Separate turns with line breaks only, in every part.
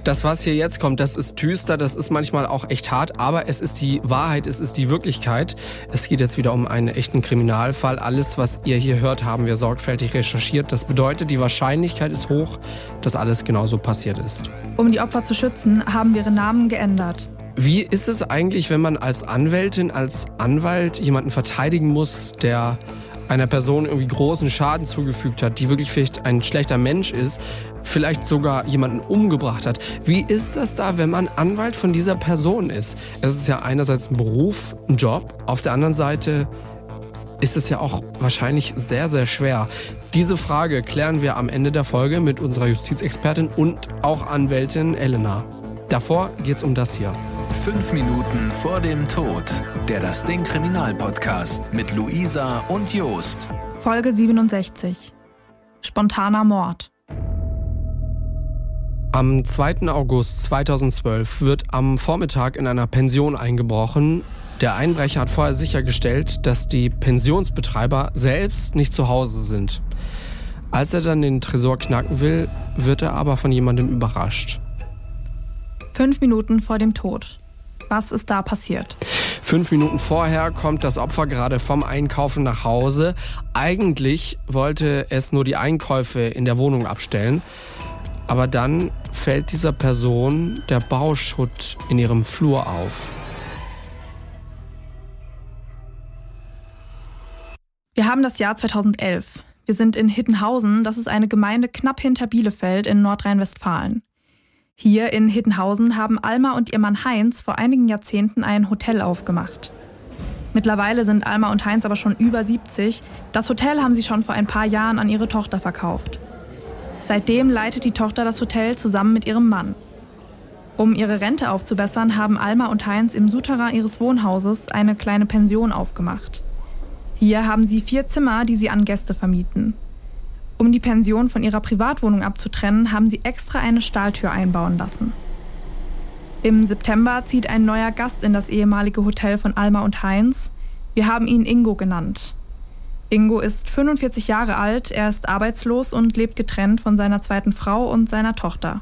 Das, was hier jetzt kommt, das ist düster, das ist manchmal auch echt hart, aber es ist die Wahrheit, es ist die Wirklichkeit. Es geht jetzt wieder um einen echten Kriminalfall. Alles, was ihr hier hört, haben wir sorgfältig recherchiert. Das bedeutet, die Wahrscheinlichkeit ist hoch, dass alles genauso passiert ist.
Um die Opfer zu schützen, haben wir ihre Namen geändert.
Wie ist es eigentlich, wenn man als Anwältin, als Anwalt jemanden verteidigen muss, der einer Person irgendwie großen Schaden zugefügt hat, die wirklich vielleicht ein schlechter Mensch ist, vielleicht sogar jemanden umgebracht hat? Wie ist das da, wenn man Anwalt von dieser Person ist? Es ist ja einerseits ein Beruf, ein Job, auf der anderen Seite ist es ja auch wahrscheinlich sehr, sehr schwer. Diese Frage klären wir am Ende der Folge mit unserer Justizexpertin und auch Anwältin Elena. Davor geht's um das hier.
5 Minuten vor dem Tod. Der Das Ding Kriminalpodcast mit Luisa und Jost.
Folge 67. Spontaner Mord.
Am 2. August 2012 wird am Vormittag in einer Pension eingebrochen. Der Einbrecher hat vorher sichergestellt, dass die Pensionsbetreiber selbst nicht zu Hause sind. Als er dann den Tresor knacken will, wird er aber von jemandem überrascht.
5 Minuten vor dem Tod. Was ist da passiert?
5 Minuten vorher kommt das Opfer gerade vom Einkaufen nach Hause. Eigentlich wollte es nur die Einkäufe in der Wohnung abstellen. Aber dann fällt dieser Person der Bauschutt in ihrem Flur auf.
Wir haben das Jahr 2011. Wir sind in Hittenhausen, das ist eine Gemeinde knapp hinter Bielefeld in Nordrhein-Westfalen. Hier in Hittenhausen haben Alma und ihr Mann Heinz vor einigen Jahrzehnten ein Hotel aufgemacht. Mittlerweile sind Alma und Heinz aber schon über 70. Das Hotel haben sie schon vor ein paar Jahren an ihre Tochter verkauft. Seitdem leitet die Tochter das Hotel zusammen mit ihrem Mann. Um ihre Rente aufzubessern, haben Alma und Heinz im Souterrain ihres Wohnhauses eine kleine Pension aufgemacht. Hier haben sie 4 Zimmer, die sie an Gäste vermieten. Um die Pension von ihrer Privatwohnung abzutrennen, haben sie extra eine Stahltür einbauen lassen. Im September zieht ein neuer Gast in das ehemalige Hotel von Alma und Heinz. Wir haben ihn Ingo genannt. Ingo ist 45 Jahre alt, er ist arbeitslos und lebt getrennt von seiner zweiten Frau und seiner Tochter.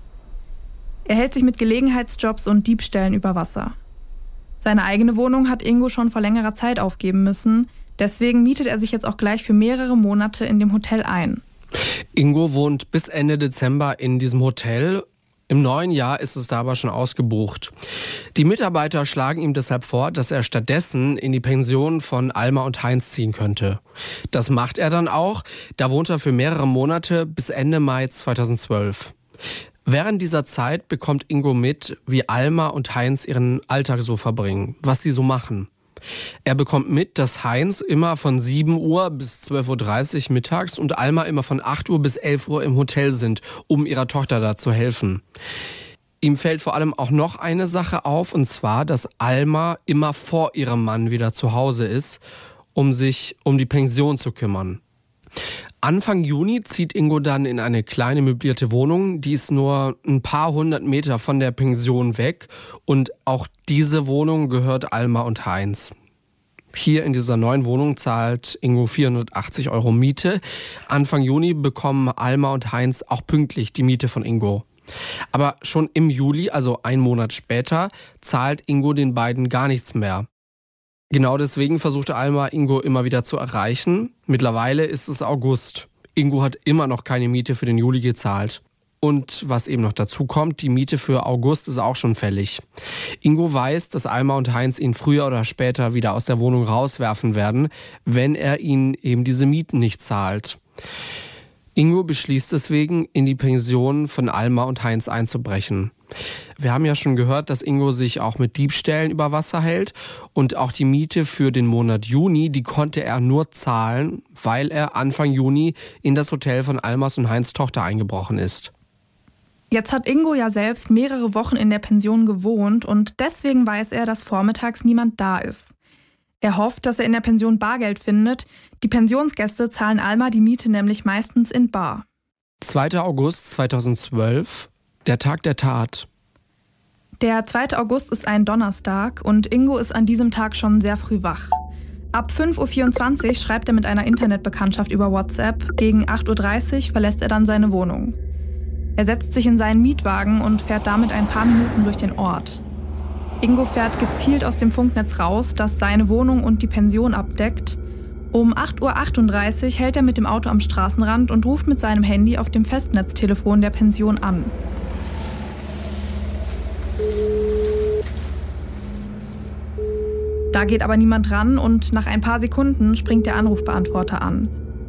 Er hält sich mit Gelegenheitsjobs und Diebstählen über Wasser. Seine eigene Wohnung hat Ingo schon vor längerer Zeit aufgeben müssen. Deswegen mietet er sich jetzt auch gleich für mehrere Monate in dem Hotel ein.
Ingo wohnt bis Ende Dezember in diesem Hotel. Im neuen Jahr ist es da aber schon ausgebucht. Die Mitarbeiter schlagen ihm deshalb vor, dass er stattdessen in die Pension von Alma und Heinz ziehen könnte. Das macht er dann auch. Da wohnt er für mehrere Monate bis Ende Mai 2012. Während dieser Zeit bekommt Ingo mit, wie Alma und Heinz ihren Alltag so verbringen, was sie so machen. Er bekommt mit, dass Heinz immer von 7 Uhr bis 12.30 Uhr mittags und Alma immer von 8 Uhr bis 11 Uhr im Hotel sind, um ihrer Tochter da zu helfen. Ihm fällt vor allem auch noch eine Sache auf, und zwar, dass Alma immer vor ihrem Mann wieder zu Hause ist, um sich um die Pension zu kümmern. Anfang Juni zieht Ingo dann in eine kleine möblierte Wohnung, die ist nur ein paar 100 Meter von der Pension weg, und auch diese Wohnung gehört Alma und Heinz. Hier in dieser neuen Wohnung zahlt Ingo 480 € Miete. Anfang Juni bekommen Alma und Heinz auch pünktlich die Miete von Ingo. Aber schon im Juli, also einen Monat später, zahlt Ingo den beiden gar nichts mehr. Genau deswegen versuchte Alma, Ingo immer wieder zu erreichen. Mittlerweile ist es August. Ingo hat immer noch keine Miete für den Juli gezahlt. Und was eben noch dazu kommt, die Miete für August ist auch schon fällig. Ingo weiß, dass Alma und Heinz ihn früher oder später wieder aus der Wohnung rauswerfen werden, wenn er ihnen eben diese Mieten nicht zahlt. Ingo beschließt deswegen, in die Pension von Alma und Heinz einzubrechen. Wir haben ja schon gehört, dass Ingo sich auch mit Diebstählen über Wasser hält, und auch die Miete für den Monat Juni, die konnte er nur zahlen, weil er Anfang Juni in das Hotel von Almas und Heinz Tochter eingebrochen ist.
Jetzt hat Ingo ja selbst mehrere Wochen in der Pension gewohnt und deswegen weiß er, dass vormittags niemand da ist. Er hofft, dass er in der Pension Bargeld findet. Die Pensionsgäste zahlen Alma die Miete nämlich meistens in bar.
2. August 2012, der Tag der Tat.
Der 2. August ist ein Donnerstag und Ingo ist an diesem Tag schon sehr früh wach. Ab 5.24 Uhr schreibt er mit einer Internetbekanntschaft über WhatsApp. Gegen 8.30 Uhr verlässt er dann seine Wohnung. Er setzt sich in seinen Mietwagen und fährt damit ein paar Minuten durch den Ort. Ingo fährt gezielt aus dem Funknetz raus, das seine Wohnung und die Pension abdeckt. Um 8:38 Uhr hält er mit dem Auto am Straßenrand und ruft mit seinem Handy auf dem Festnetztelefon der Pension an. Da geht aber niemand ran und nach ein paar Sekunden springt der Anrufbeantworter an.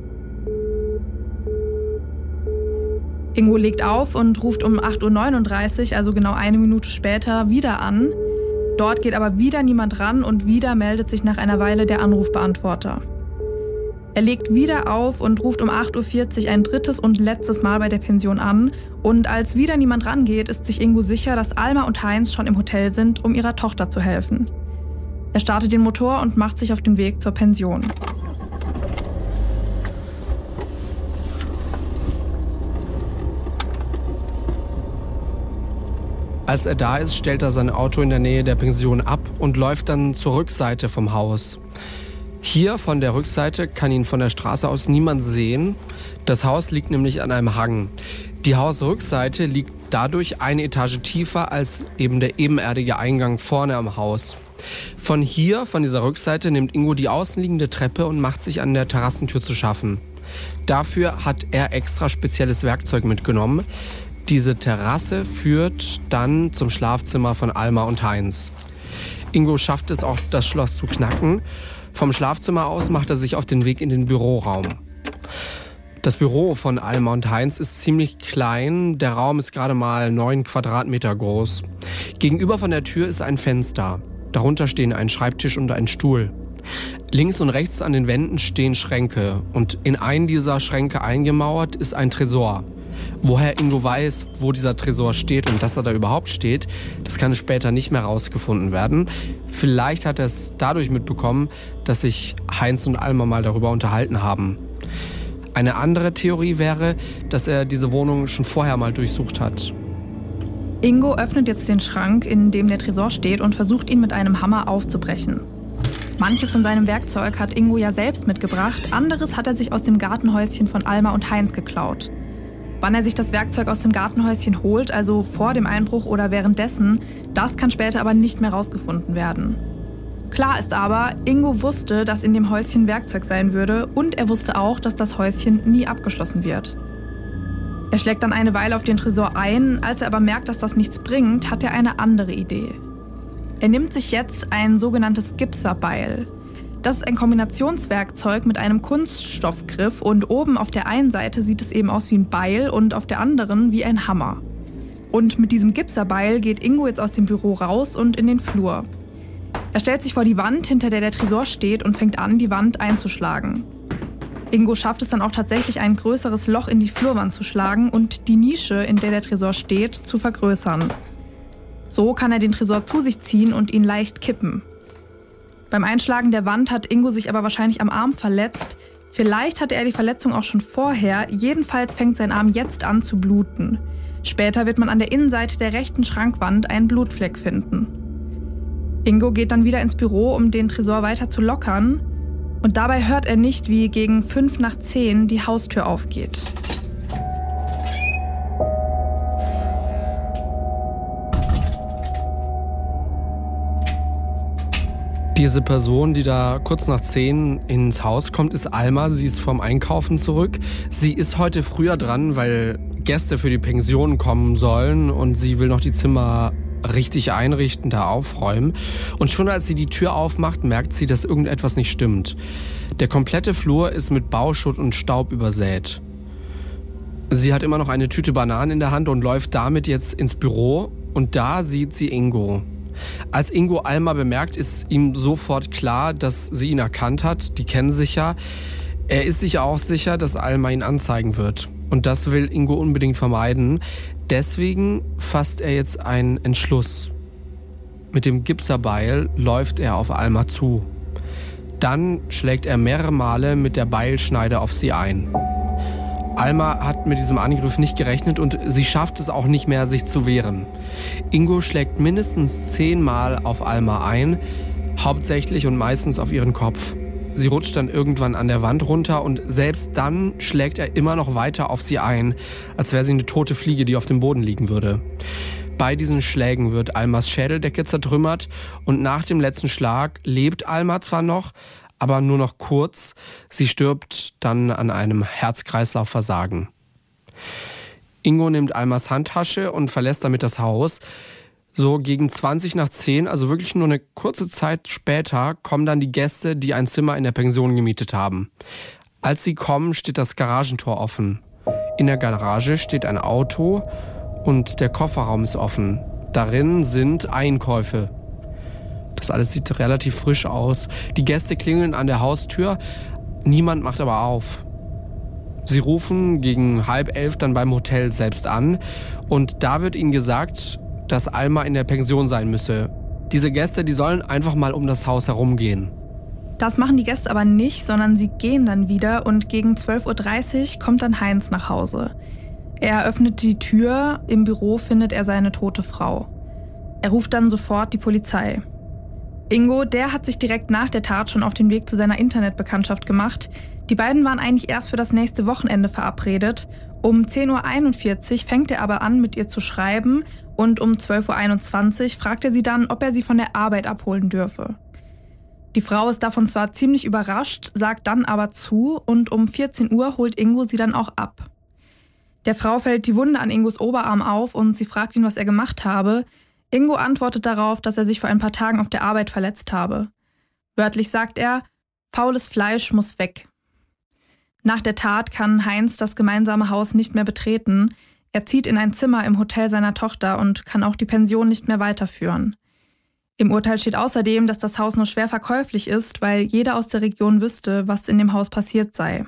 Ingo legt auf und ruft um 8:39 Uhr, also genau eine Minute später, wieder an. Dort geht aber wieder niemand ran und wieder meldet sich nach einer Weile der Anrufbeantworter. Er legt wieder auf und ruft um 8:40 Uhr ein drittes und letztes Mal bei der Pension an. Und als wieder niemand rangeht, ist sich Ingo sicher, dass Alma und Heinz schon im Hotel sind, um ihrer Tochter zu helfen. Er startet den Motor und macht sich auf den Weg zur Pension.
Als er da ist, stellt er sein Auto in der Nähe der Pension ab und läuft dann zur Rückseite vom Haus. Hier von der Rückseite kann ihn von der Straße aus niemand sehen. Das Haus liegt nämlich an einem Hang. Die Hausrückseite liegt dadurch eine Etage tiefer als eben der ebenerdige Eingang vorne am Haus. Von hier, von dieser Rückseite, nimmt Ingo die außenliegende Treppe und macht sich an der Terrassentür zu schaffen. Dafür hat er extra spezielles Werkzeug mitgenommen. Diese Terrasse führt dann zum Schlafzimmer von Alma und Heinz. Ingo schafft es auch, das Schloss zu knacken. Vom Schlafzimmer aus macht er sich auf den Weg in den Büroraum. Das Büro von Alma und Heinz ist ziemlich klein. Der Raum ist gerade mal 9 Quadratmeter groß. Gegenüber von der Tür ist ein Fenster. Darunter stehen ein Schreibtisch und ein Stuhl. Links und rechts an den Wänden stehen Schränke. Und in einen dieser Schränke eingemauert ist ein Tresor. Woher Ingo weiß, wo dieser Tresor steht und dass er da überhaupt steht, das kann später nicht mehr rausgefunden werden. Vielleicht hat er es dadurch mitbekommen, dass sich Heinz und Alma mal darüber unterhalten haben. Eine andere Theorie wäre, dass er diese Wohnung schon vorher mal durchsucht hat.
Ingo öffnet jetzt den Schrank, in dem der Tresor steht, und versucht, ihn mit einem Hammer aufzubrechen. Manches von seinem Werkzeug hat Ingo ja selbst mitgebracht, anderes hat er sich aus dem Gartenhäuschen von Alma und Heinz geklaut. Wann er sich das Werkzeug aus dem Gartenhäuschen holt, also vor dem Einbruch oder währenddessen, das kann später aber nicht mehr rausgefunden werden. Klar ist aber, Ingo wusste, dass in dem Häuschen Werkzeug sein würde, und er wusste auch, dass das Häuschen nie abgeschlossen wird. Er schlägt dann eine Weile auf den Tresor ein, als er aber merkt, dass das nichts bringt, hat er eine andere Idee. Er nimmt sich jetzt ein sogenanntes Gipserbeil. Das ist ein Kombinationswerkzeug mit einem Kunststoffgriff und oben auf der einen Seite sieht es eben aus wie ein Beil und auf der anderen wie ein Hammer. Und mit diesem Gipserbeil geht Ingo jetzt aus dem Büro raus und in den Flur. Er stellt sich vor die Wand, hinter der der Tresor steht, und fängt an, die Wand einzuschlagen. Ingo schafft es dann auch tatsächlich, ein größeres Loch in die Flurwand zu schlagen und die Nische, in der der Tresor steht, zu vergrößern. So kann er den Tresor zu sich ziehen und ihn leicht kippen. Beim Einschlagen der Wand hat Ingo sich aber wahrscheinlich am Arm verletzt. Vielleicht hatte er die Verletzung auch schon vorher. Jedenfalls fängt sein Arm jetzt an zu bluten. Später wird man an der Innenseite der rechten Schrankwand einen Blutfleck finden. Ingo geht dann wieder ins Büro, um den Tresor weiter zu lockern. Und dabei hört er nicht, wie gegen 9:05 die Haustür aufgeht.
Diese Person, die da kurz nach 10 ins Haus kommt, ist Alma. Sie ist vom Einkaufen zurück. Sie ist heute früher dran, weil Gäste für die Pension kommen sollen und sie will noch die Zimmer richtig einrichten, da aufräumen. Und schon als sie die Tür aufmacht, merkt sie, dass irgendetwas nicht stimmt. Der komplette Flur ist mit Bauschutt und Staub übersät. Sie hat immer noch eine Tüte Bananen in der Hand und läuft damit jetzt ins Büro. Und da sieht sie Ingo. Als Ingo Alma bemerkt, ist ihm sofort klar, dass sie ihn erkannt hat. Die kennen sich ja. Er ist sich auch sicher, dass Alma ihn anzeigen wird. Und das will Ingo unbedingt vermeiden. Deswegen fasst er jetzt einen Entschluss. Mit dem Gipserbeil läuft er auf Alma zu. Dann schlägt er mehrere Male mit der Beilschneide auf sie ein. Alma hat mit diesem Angriff nicht gerechnet und sie schafft es auch nicht mehr, sich zu wehren. Ingo schlägt mindestens 10 Mal auf Alma ein, hauptsächlich und meistens auf ihren Kopf. Sie rutscht dann irgendwann an der Wand runter und selbst dann schlägt er immer noch weiter auf sie ein, als wäre sie eine tote Fliege, die auf dem Boden liegen würde. Bei diesen Schlägen wird Almas Schädeldecke zertrümmert und nach dem letzten Schlag lebt Alma zwar noch, aber nur noch kurz. Sie stirbt dann an einem Herz-Kreislauf-Versagen. Ingo nimmt Almas Handtasche und verlässt damit das Haus. So gegen 20:10, also wirklich nur eine kurze Zeit später, kommen dann die Gäste, die ein Zimmer in der Pension gemietet haben. Als sie kommen, steht das Garagentor offen. In der Garage steht ein Auto und der Kofferraum ist offen. Darin sind Einkäufe. Das alles sieht relativ frisch aus. Die Gäste klingeln an der Haustür, niemand macht aber auf. Sie rufen gegen 10:30 dann beim Hotel selbst an und da wird ihnen gesagt, dass Alma in der Pension sein müsse. Diese Gäste, die sollen einfach mal um das Haus herumgehen.
Das machen die Gäste aber nicht, sondern sie gehen dann wieder und gegen 12:30 Uhr kommt dann Heinz nach Hause. Er öffnet die Tür, im Büro findet er seine tote Frau. Er ruft dann sofort die Polizei. Ingo, der hat sich direkt nach der Tat schon auf den Weg zu seiner Internetbekanntschaft gemacht. Die beiden waren eigentlich erst für das nächste Wochenende verabredet. Um 10:41 Uhr fängt er aber an, mit ihr zu schreiben und um 12:21 Uhr fragt er sie dann, ob er sie von der Arbeit abholen dürfe. Die Frau ist davon zwar ziemlich überrascht, sagt dann aber zu und um 14 Uhr holt Ingo sie dann auch ab. Der Frau fällt die Wunde an Ingos Oberarm auf und sie fragt ihn, was er gemacht habe. Ingo antwortet darauf, dass er sich vor ein paar Tagen auf der Arbeit verletzt habe. Wörtlich sagt er, faules Fleisch muss weg. Nach der Tat kann Heinz das gemeinsame Haus nicht mehr betreten. Er zieht in ein Zimmer im Hotel seiner Tochter und kann auch die Pension nicht mehr weiterführen. Im Urteil steht außerdem, dass das Haus nur schwer verkäuflich ist, weil jeder aus der Region wüsste, was in dem Haus passiert sei.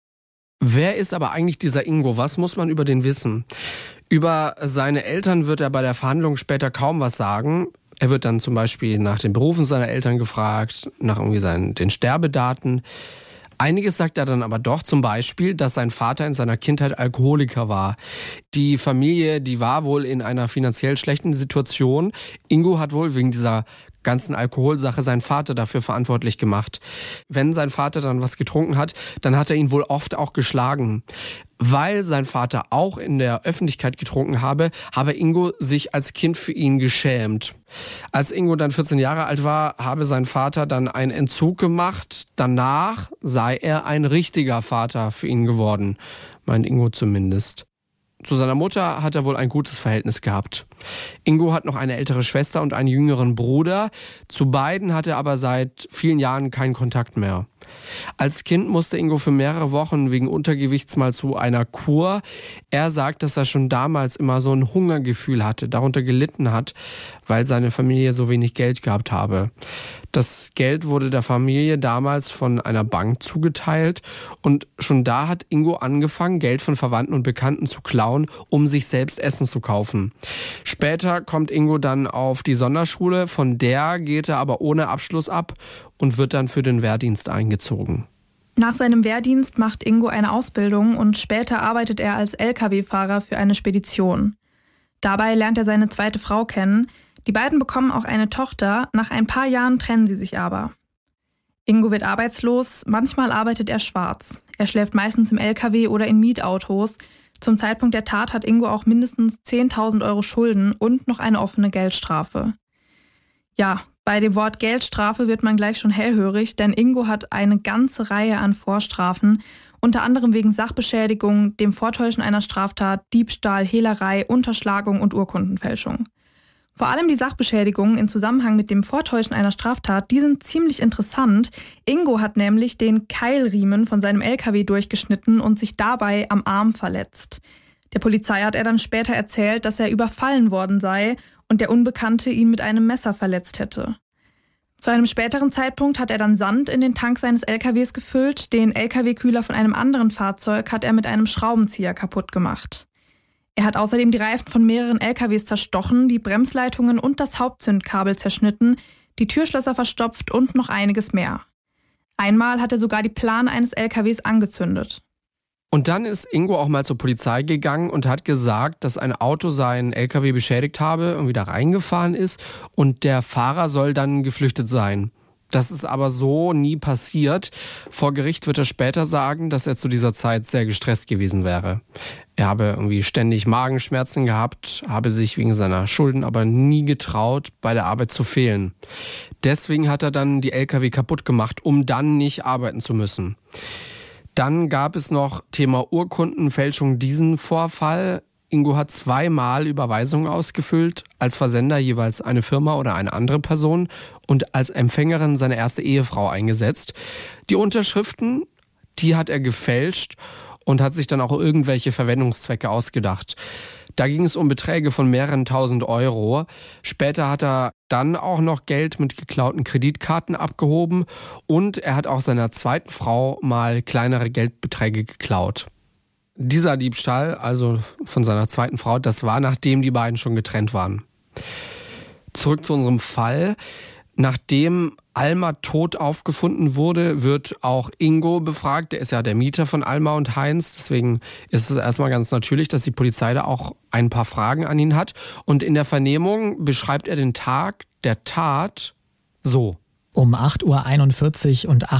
Wer ist aber eigentlich dieser Ingo? Was muss man über den wissen? Über seine Eltern wird er bei der Verhandlung später kaum was sagen. Er wird dann zum Beispiel nach den Berufen seiner Eltern gefragt, nach irgendwie den Sterbedaten. Einiges sagt er dann aber doch, zum Beispiel, dass sein Vater in seiner Kindheit Alkoholiker war. Die Familie, die war wohl in einer finanziell schlechten Situation. Ingo hat wohl wegen dieser ganzen Alkoholsache seinen Vater dafür verantwortlich gemacht. Wenn sein Vater dann was getrunken hat, dann hat er ihn wohl oft auch geschlagen. Weil sein Vater auch in der Öffentlichkeit getrunken habe Ingo sich als Kind für ihn geschämt. Als Ingo dann 14 Jahre alt war, habe sein Vater dann einen Entzug gemacht. Danach sei er ein richtiger Vater für ihn geworden, meint Ingo zumindest. Zu seiner Mutter hat er wohl ein gutes Verhältnis gehabt. Ingo hat noch eine ältere Schwester und einen jüngeren Bruder. Zu beiden hat er aber seit vielen Jahren keinen Kontakt mehr. Als Kind musste Ingo für mehrere Wochen wegen Untergewichts mal zu einer Kur. Er sagt, dass er schon damals immer so ein Hungergefühl hatte, darunter gelitten hat, weil seine Familie so wenig Geld gehabt habe. Das Geld wurde der Familie damals von einer Bank zugeteilt und schon da hat Ingo angefangen, Geld von Verwandten und Bekannten zu klauen, um sich selbst Essen zu kaufen. Später kommt Ingo dann auf die Sonderschule, von der geht er aber ohne Abschluss ab und wird dann für den Wehrdienst eingezogen.
Nach seinem Wehrdienst macht Ingo eine Ausbildung und später arbeitet er als Lkw-Fahrer für eine Spedition. Dabei lernt er seine zweite Frau kennen. Die beiden bekommen auch eine Tochter, nach ein paar Jahren trennen sie sich aber. Ingo wird arbeitslos, manchmal arbeitet er schwarz. Er schläft meistens im Lkw oder in Mietautos. Zum Zeitpunkt der Tat hat Ingo auch mindestens 10.000 Euro Schulden und noch eine offene Geldstrafe. Ja, bei dem Wort Geldstrafe wird man gleich schon hellhörig, denn Ingo hat eine ganze Reihe an Vorstrafen, unter anderem wegen Sachbeschädigung, dem Vortäuschen einer Straftat, Diebstahl, Hehlerei, Unterschlagung und Urkundenfälschung. Vor allem die Sachbeschädigungen im Zusammenhang mit dem Vortäuschen einer Straftat, die sind ziemlich interessant. Ingo hat nämlich den Keilriemen von seinem LKW durchgeschnitten und sich dabei am Arm verletzt. Der Polizei hat er dann später erzählt, dass er überfallen worden sei und der Unbekannte ihn mit einem Messer verletzt hätte. Zu einem späteren Zeitpunkt hat er dann Sand in den Tank seines LKWs gefüllt. Den LKW-Kühler von einem anderen Fahrzeug hat er mit einem Schraubenzieher kaputt gemacht. Er hat außerdem die Reifen von mehreren LKWs zerstochen, die Bremsleitungen und das Hauptzündkabel zerschnitten, die Türschlösser verstopft und noch einiges mehr. Einmal hat er sogar die Plane eines LKWs angezündet.
Und dann ist Ingo auch mal zur Polizei gegangen und hat gesagt, dass ein Auto seinen LKW beschädigt habe und wieder reingefahren ist und der Fahrer soll dann geflüchtet sein. Das ist aber so nie passiert. Vor Gericht wird er später sagen, dass er zu dieser Zeit sehr gestresst gewesen wäre. Er habe irgendwie ständig Magenschmerzen gehabt, habe sich wegen seiner Schulden aber nie getraut, bei der Arbeit zu fehlen. Deswegen hat er dann die LKW kaputt gemacht, um dann nicht arbeiten zu müssen. Dann gab es noch Thema Urkundenfälschung, diesen Vorfall. Ingo hat 2-mal Überweisungen ausgefüllt, als Versender jeweils eine Firma oder eine andere Person und als Empfängerin seine erste Ehefrau eingesetzt. Die Unterschriften, die hat er gefälscht und hat sich dann auch irgendwelche Verwendungszwecke ausgedacht. Da ging es um Beträge von mehreren tausend Euro. Später hat er dann auch noch Geld mit geklauten Kreditkarten abgehoben und er hat auch seiner zweiten Frau mal kleinere Geldbeträge geklaut. Dieser Diebstahl, also von seiner zweiten Frau, das war, nachdem die beiden schon getrennt waren. Zurück zu unserem Fall. Nachdem Alma tot aufgefunden wurde, wird auch Ingo befragt. Der ist ja der Mieter von Alma und Heinz. Deswegen ist es erstmal ganz natürlich, dass die Polizei da auch ein paar Fragen an ihn hat. Und in der Vernehmung beschreibt er den Tag der Tat so.
Um 8:41 Uhr und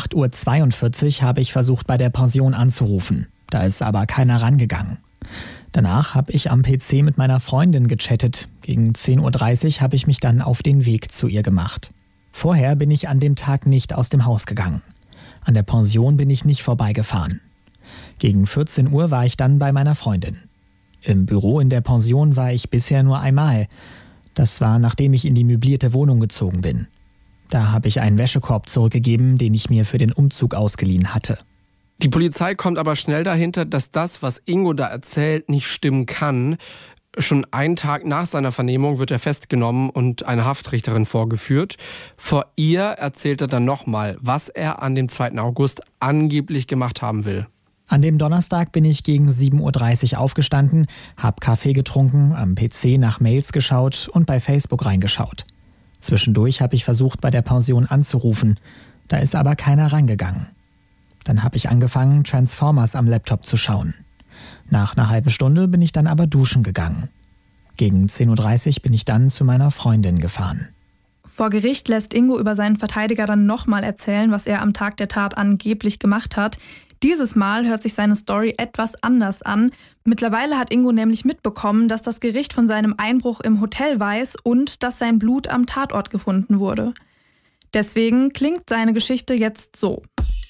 8:42 Uhr habe ich versucht, bei der Pension anzurufen. Da ist aber keiner rangegangen. Danach habe ich am PC mit meiner Freundin gechattet. Gegen 10:30 Uhr habe ich mich dann auf den Weg zu ihr gemacht. Vorher bin ich an dem Tag nicht aus dem Haus gegangen. An der Pension bin ich nicht vorbeigefahren. Gegen 14 Uhr war ich dann bei meiner Freundin. Im Büro in der Pension war ich bisher nur einmal. Das war, nachdem ich in die möblierte Wohnung gezogen bin. Da habe ich einen Wäschekorb zurückgegeben, den ich mir für den Umzug ausgeliehen hatte.
Die Polizei kommt aber schnell dahinter, dass das, was Ingo da erzählt, nicht stimmen kann. Schon einen Tag nach seiner Vernehmung wird er festgenommen und eine Haftrichterin vorgeführt. Vor ihr erzählt er dann nochmal, was er an dem 2. August angeblich gemacht haben will.
An dem Donnerstag bin ich gegen 7:30 Uhr aufgestanden, habe Kaffee getrunken, am PC nach Mails geschaut und bei Facebook reingeschaut. Zwischendurch habe ich versucht, bei der Pension anzurufen. Da ist aber keiner rangegangen. Dann habe ich angefangen, Transformers am Laptop zu schauen. Nach einer halben Stunde bin ich dann aber duschen gegangen. Gegen 10:30 Uhr bin ich dann zu meiner Freundin gefahren.
Vor Gericht lässt Ingo über seinen Verteidiger dann nochmal erzählen, was er am Tag der Tat angeblich gemacht hat. Dieses Mal hört sich seine Story etwas anders an. Mittlerweile hat Ingo nämlich mitbekommen, dass das Gericht von seinem Einbruch im Hotel weiß und dass sein Blut am Tatort gefunden wurde. Deswegen klingt seine Geschichte jetzt so.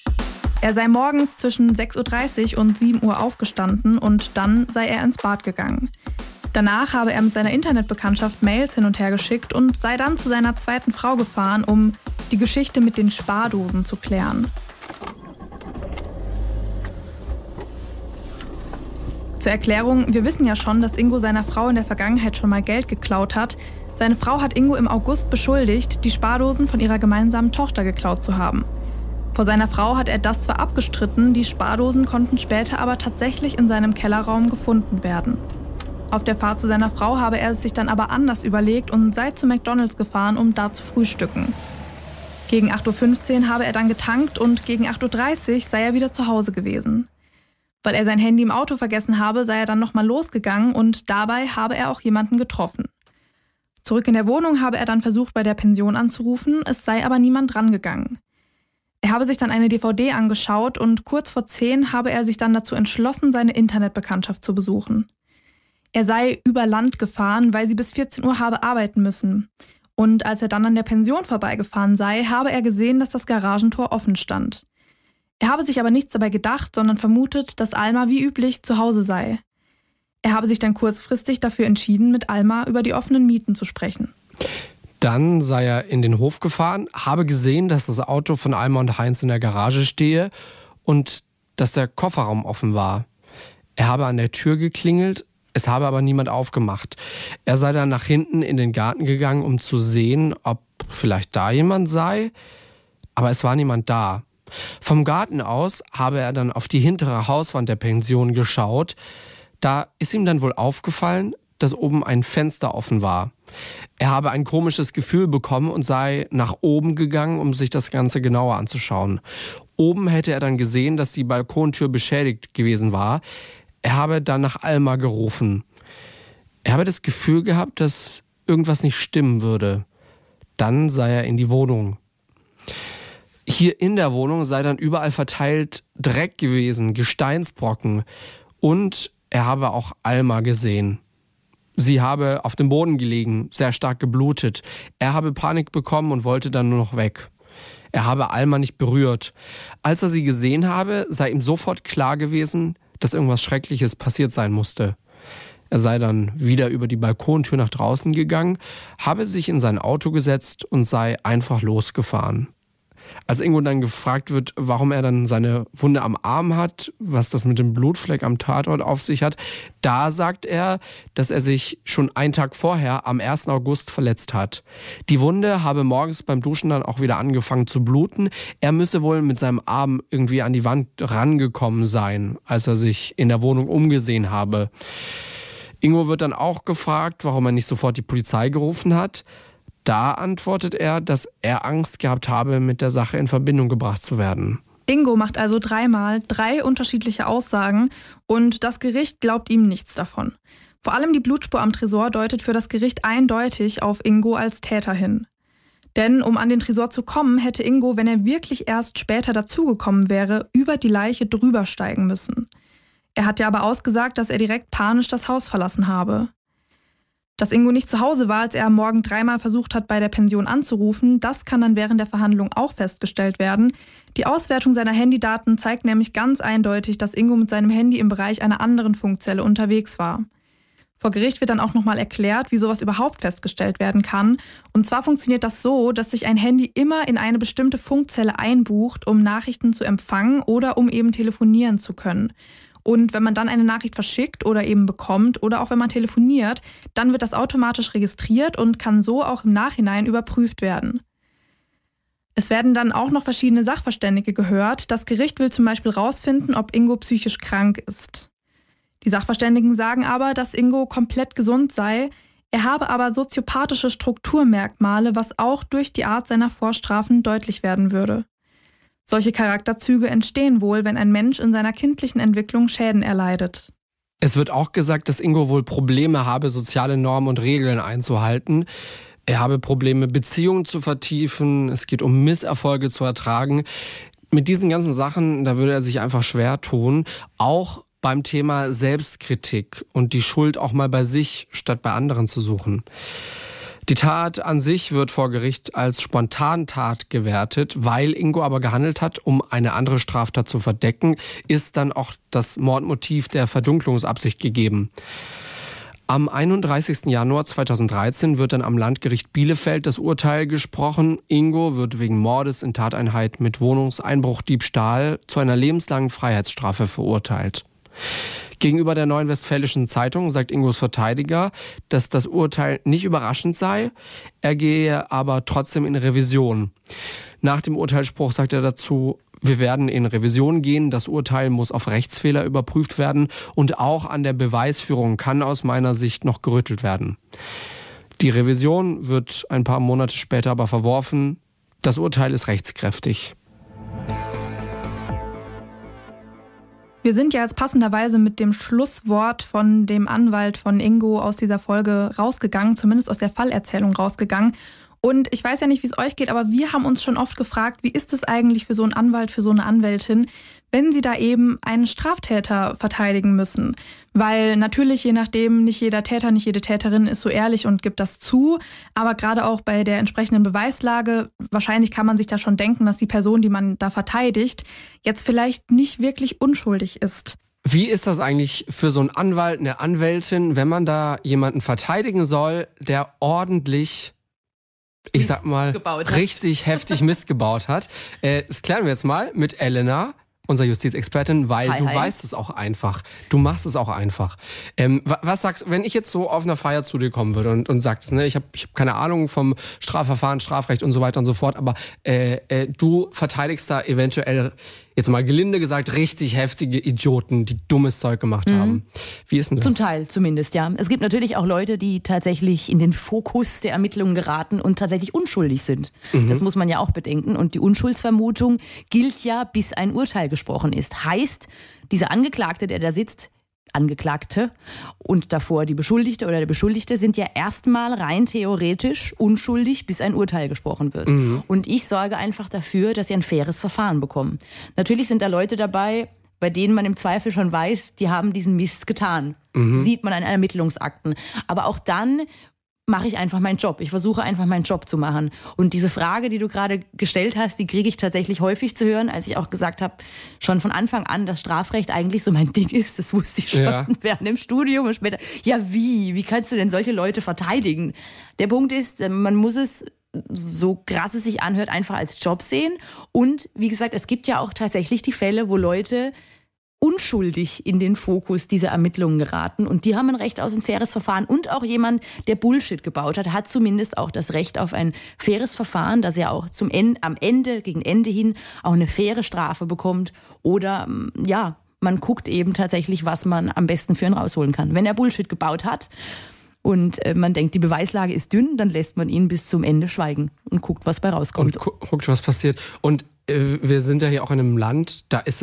Er sei morgens zwischen 6:30 Uhr und 7 Uhr aufgestanden und dann sei er ins Bad gegangen. Danach habe er mit seiner Internetbekanntschaft Mails hin und her geschickt und sei dann zu seiner zweiten Frau gefahren, um die Geschichte mit den Spardosen zu klären. Zur Erklärung, wir wissen ja schon, dass Ingo seiner Frau in der Vergangenheit schon mal Geld geklaut hat. Seine Frau hat Ingo im August beschuldigt, die Spardosen von ihrer gemeinsamen Tochter geklaut zu haben. Vor seiner Frau hat er das zwar abgestritten, die Spardosen konnten später aber tatsächlich in seinem Kellerraum gefunden werden. Auf der Fahrt zu seiner Frau habe er es sich dann aber anders überlegt und sei zu McDonald's gefahren, um da zu frühstücken. Gegen 8:15 Uhr habe er dann getankt und gegen 8:30 Uhr sei er wieder zu Hause gewesen. Weil er sein Handy im Auto vergessen habe, sei er dann nochmal losgegangen und dabei habe er auch jemanden getroffen. Zurück in der Wohnung habe er dann versucht, bei der Pension anzurufen, es sei aber niemand rangegangen. Er habe sich dann eine DVD angeschaut und kurz vor 10 habe er sich dann dazu entschlossen, seine Internetbekanntschaft zu besuchen. Er sei über Land gefahren, weil sie bis 14 Uhr habe arbeiten müssen. Und als er dann an der Pension vorbeigefahren sei, habe er gesehen, dass das Garagentor offen stand. Er habe sich aber nichts dabei gedacht, sondern vermutet, dass Alma wie üblich zu Hause sei. Er habe sich dann kurzfristig dafür entschieden, mit Alma über die offenen Mieten zu sprechen.
Dann sei er in den Hof gefahren, habe gesehen, dass das Auto von Alma und Heinz in der Garage stehe und dass der Kofferraum offen war. Er habe an der Tür geklingelt, es habe aber niemand aufgemacht. Er sei dann nach hinten in den Garten gegangen, um zu sehen, ob vielleicht da jemand sei, aber es war niemand da. Vom Garten aus habe er dann auf die hintere Hauswand der Pension geschaut. Da ist ihm dann wohl aufgefallen, dass oben ein Fenster offen war. Er habe ein komisches Gefühl bekommen und sei nach oben gegangen, um sich das Ganze genauer anzuschauen. Oben hätte er dann gesehen, dass die Balkontür beschädigt gewesen war. Er habe dann nach Alma gerufen. Er habe das Gefühl gehabt, dass irgendwas nicht stimmen würde. Dann sei er in die Wohnung. Hier in der Wohnung sei dann überall verteilt Dreck gewesen, Gesteinsbrocken. Und er habe auch Alma gesehen. Sie habe auf dem Boden gelegen, sehr stark geblutet. Er habe Panik bekommen und wollte dann nur noch weg. Er habe Alma nicht berührt. Als er sie gesehen habe, sei ihm sofort klar gewesen, dass irgendwas Schreckliches passiert sein musste. Er sei dann wieder über die Balkontür nach draußen gegangen, habe sich in sein Auto gesetzt und sei einfach losgefahren. Als Ingo dann gefragt wird, warum er dann seine Wunde am Arm hat, was das mit dem Blutfleck am Tatort auf sich hat, da sagt er, dass er sich schon einen Tag vorher, am 1. August, verletzt hat. Die Wunde habe morgens beim Duschen dann auch wieder angefangen zu bluten. Er müsse wohl mit seinem Arm irgendwie an die Wand rangekommen sein, als er sich in der Wohnung umgesehen habe. Ingo wird dann auch gefragt, warum er nicht sofort die Polizei gerufen hat. Da antwortet er, dass er Angst gehabt habe, mit der Sache in Verbindung gebracht zu werden.
Ingo macht also 3 unterschiedliche Aussagen und das Gericht glaubt ihm nichts davon. Vor allem die Blutspur am Tresor deutet für das Gericht eindeutig auf Ingo als Täter hin. Denn um an den Tresor zu kommen, hätte Ingo, wenn er wirklich erst später dazugekommen wäre, über die Leiche drüber steigen müssen. Er hat ja aber ausgesagt, dass er direkt panisch das Haus verlassen habe. Dass Ingo nicht zu Hause war, als er am Morgen 3-mal versucht hat, bei der Pension anzurufen, das kann dann während der Verhandlung auch festgestellt werden. Die Auswertung seiner Handydaten zeigt nämlich ganz eindeutig, dass Ingo mit seinem Handy im Bereich einer anderen Funkzelle unterwegs war. Vor Gericht wird dann auch nochmal erklärt, wie sowas überhaupt festgestellt werden kann. Und zwar funktioniert das so, dass sich ein Handy immer in eine bestimmte Funkzelle einbucht, um Nachrichten zu empfangen oder um eben telefonieren zu können. Und wenn man dann eine Nachricht verschickt oder eben bekommt oder auch wenn man telefoniert, dann wird das automatisch registriert und kann so auch im Nachhinein überprüft werden. Es werden dann auch noch verschiedene Sachverständige gehört. Das Gericht will zum Beispiel rausfinden, ob Ingo psychisch krank ist. Die Sachverständigen sagen aber, dass Ingo komplett gesund sei. Er habe aber soziopathische Strukturmerkmale, was auch durch die Art seiner Vorstrafen deutlich werden würde. Solche Charakterzüge entstehen wohl, wenn ein Mensch in seiner kindlichen Entwicklung Schäden erleidet.
Es wird auch gesagt, dass Ingo wohl Probleme habe, soziale Normen und Regeln einzuhalten. Er habe Probleme, Beziehungen zu vertiefen. Es geht um Misserfolge zu ertragen. Mit diesen ganzen Sachen, da würde er sich einfach schwer tun. Auch beim Thema Selbstkritik und die Schuld auch mal bei sich statt bei anderen zu suchen. Die Tat an sich wird vor Gericht als Spontantat gewertet, weil Ingo aber gehandelt hat, um eine andere Straftat zu verdecken, ist dann auch das Mordmotiv der Verdunklungsabsicht gegeben. Am 31. Januar 2013 wird dann am Landgericht Bielefeld das Urteil gesprochen. Ingo wird wegen Mordes in Tateinheit mit Wohnungseinbruch, Diebstahl zu einer lebenslangen Freiheitsstrafe verurteilt. Gegenüber der Neuen Westfälischen Zeitung sagt Ingos Verteidiger, dass das Urteil nicht überraschend sei, er gehe aber trotzdem in Revision. Nach dem Urteilsspruch sagt er dazu, wir werden in Revision gehen, das Urteil muss auf Rechtsfehler überprüft werden und auch an der Beweisführung kann aus meiner Sicht noch gerüttelt werden. Die Revision wird ein paar Monate später aber verworfen. Das Urteil ist rechtskräftig.
Wir sind ja jetzt passenderweise mit dem Schlusswort von dem Anwalt von Ingo aus dieser Folge rausgegangen, zumindest aus der Fallerzählung rausgegangen. Und ich weiß ja nicht, wie es euch geht, aber wir haben uns schon oft gefragt, wie ist es eigentlich für so einen Anwalt, für so eine Anwältin, wenn sie da eben einen Straftäter verteidigen müssen. Weil natürlich, je nachdem, nicht jeder Täter, nicht jede Täterin ist so ehrlich und gibt das zu. Aber gerade auch bei der entsprechenden Beweislage, wahrscheinlich kann man sich da schon denken, dass die Person, die man da verteidigt, jetzt vielleicht nicht wirklich unschuldig ist.
Wie ist das eigentlich für so einen Anwalt, eine Anwältin, wenn man da jemanden verteidigen soll, der ordentlich, ich sag mal, richtig heftig Mist gebaut hat? Das klären wir jetzt mal mit Elena, unserer Justizexpertin, weil du weißt es auch einfach. Du machst es auch einfach. Was sagst du, wenn ich jetzt so auf einer Feier zu dir kommen würde und sagtest, ne, ich hab keine Ahnung vom Strafverfahren, Strafrecht und so weiter und so fort, aber du verteidigst da eventuell, jetzt mal gelinde gesagt, richtig heftige Idioten, die dummes Zeug gemacht haben. Wie ist denn das?
Zum Teil zumindest, ja. Es gibt natürlich auch Leute, die tatsächlich in den Fokus der Ermittlungen geraten und tatsächlich unschuldig sind. Das muss man ja auch bedenken. Und die Unschuldsvermutung gilt ja, bis ein Urteil gesprochen ist. Heißt, dieser Angeklagte, der da sitzt, Angeklagte und davor die Beschuldigte oder der Beschuldigte sind ja erstmal rein theoretisch unschuldig, bis ein Urteil gesprochen wird. Und ich sorge einfach dafür, dass sie ein faires Verfahren bekommen. Natürlich sind da Leute dabei, bei denen man im Zweifel schon weiß, die haben diesen Mist getan. Sieht man an Ermittlungsakten. Aber auch dann mache ich einfach meinen Job. Ich versuche einfach meinen Job zu machen. Und diese Frage, die du gerade gestellt hast, die kriege ich tatsächlich häufig zu hören, als ich auch gesagt habe, schon von Anfang an, dass Strafrecht eigentlich so mein Ding ist. Das wusste ich schon während dem Studium und später. Ja, wie kannst du denn solche Leute verteidigen? Der Punkt ist, man muss es, so krass es sich anhört, einfach als Job sehen. Und wie gesagt, es gibt ja auch tatsächlich die Fälle, wo Leute unschuldig in den Fokus dieser Ermittlungen geraten. Und die haben ein Recht auf ein faires Verfahren. Und auch jemand, der Bullshit gebaut hat, hat zumindest auch das Recht auf ein faires Verfahren, dass er auch gegen Ende hin auch eine faire Strafe bekommt. Oder man guckt eben tatsächlich, was man am besten für ihn rausholen kann. Wenn er Bullshit gebaut hat und man denkt, die Beweislage ist dünn, dann lässt man ihn bis zum Ende schweigen und guckt, was bei rauskommt.
Und guckt, was passiert. Und wir sind ja hier auch in einem Land,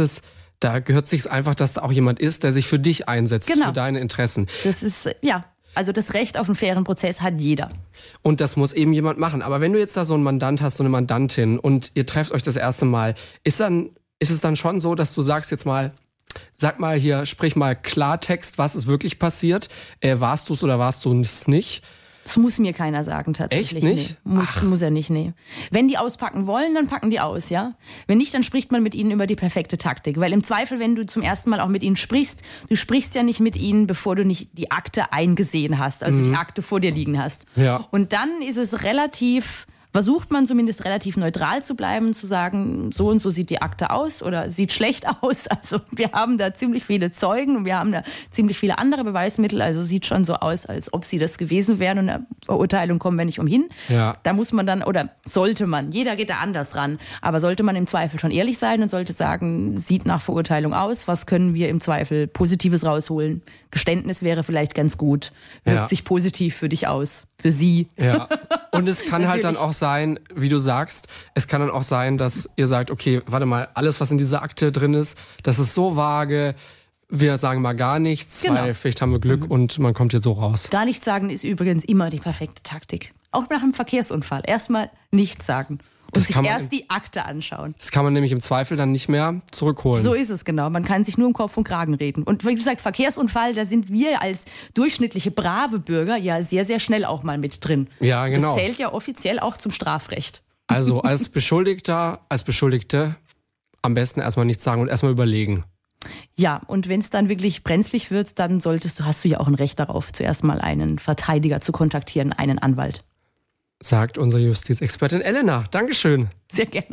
da gehört sich's einfach, dass da auch jemand ist, der sich für dich einsetzt, für deine Interessen.
Das ist, also das Recht auf einen fairen Prozess hat jeder.
Und das muss eben jemand machen. Aber wenn du jetzt da so einen Mandant hast, so eine Mandantin und ihr trefft euch das erste Mal, ist es dann schon so, dass du sagst jetzt mal, sag mal hier, sprich mal Klartext, was ist wirklich passiert? Warst du es oder warst du es nicht?
Das muss mir keiner sagen, tatsächlich.
Echt nicht?
Nee. Muss er nicht, nee. Wenn die auspacken wollen, dann packen die aus, ja. Wenn nicht, dann spricht man mit ihnen über die perfekte Taktik. Weil im Zweifel, wenn du zum ersten Mal auch mit ihnen sprichst, du sprichst ja nicht mit ihnen, bevor du nicht die Akte eingesehen hast, also die Akte vor dir liegen hast.
Ja.
Und dann ist es versucht man zumindest relativ neutral zu bleiben, zu sagen, so und so sieht die Akte aus oder sieht schlecht aus. Also wir haben da ziemlich viele Zeugen und wir haben da ziemlich viele andere Beweismittel. Also sieht schon so aus, als ob sie das gewesen wären und eine Verurteilung kommen wir nicht umhin.
Ja.
Da muss man dann, oder sollte man, jeder geht da anders ran, aber sollte man im Zweifel schon ehrlich sein und sollte sagen, sieht nach Verurteilung aus, was können wir im Zweifel Positives rausholen? Geständnis wäre vielleicht ganz gut, wirkt sich positiv für dich aus, für sie.
Ja. Und es kann halt dann auch sein, wie du sagst, es kann dann auch sein, dass ihr sagt, okay, warte mal, alles, was in dieser Akte drin ist, das ist so vage, wir sagen mal gar nichts, weil vielleicht haben wir Glück und man kommt hier so raus.
Gar nichts sagen ist übrigens immer die perfekte Taktik. Auch nach einem Verkehrsunfall. Erstmal nichts sagen. Und sich erst die Akte anschauen.
Das kann man nämlich im Zweifel dann nicht mehr zurückholen.
So ist es, genau. Man kann sich nur im Kopf und Kragen reden. Und wie gesagt, Verkehrsunfall, da sind wir als durchschnittliche brave Bürger ja sehr, sehr schnell auch mal mit drin.
Ja, genau.
Das zählt ja offiziell auch zum Strafrecht.
Also als Beschuldigte am besten erstmal nichts sagen und erstmal überlegen.
Ja, und wenn es dann wirklich brenzlig wird, dann hast du ja auch ein Recht darauf, zuerst mal einen Verteidiger zu kontaktieren, einen Anwalt.
Sagt unsere Justizexpertin Elena. Dankeschön.
Sehr gern.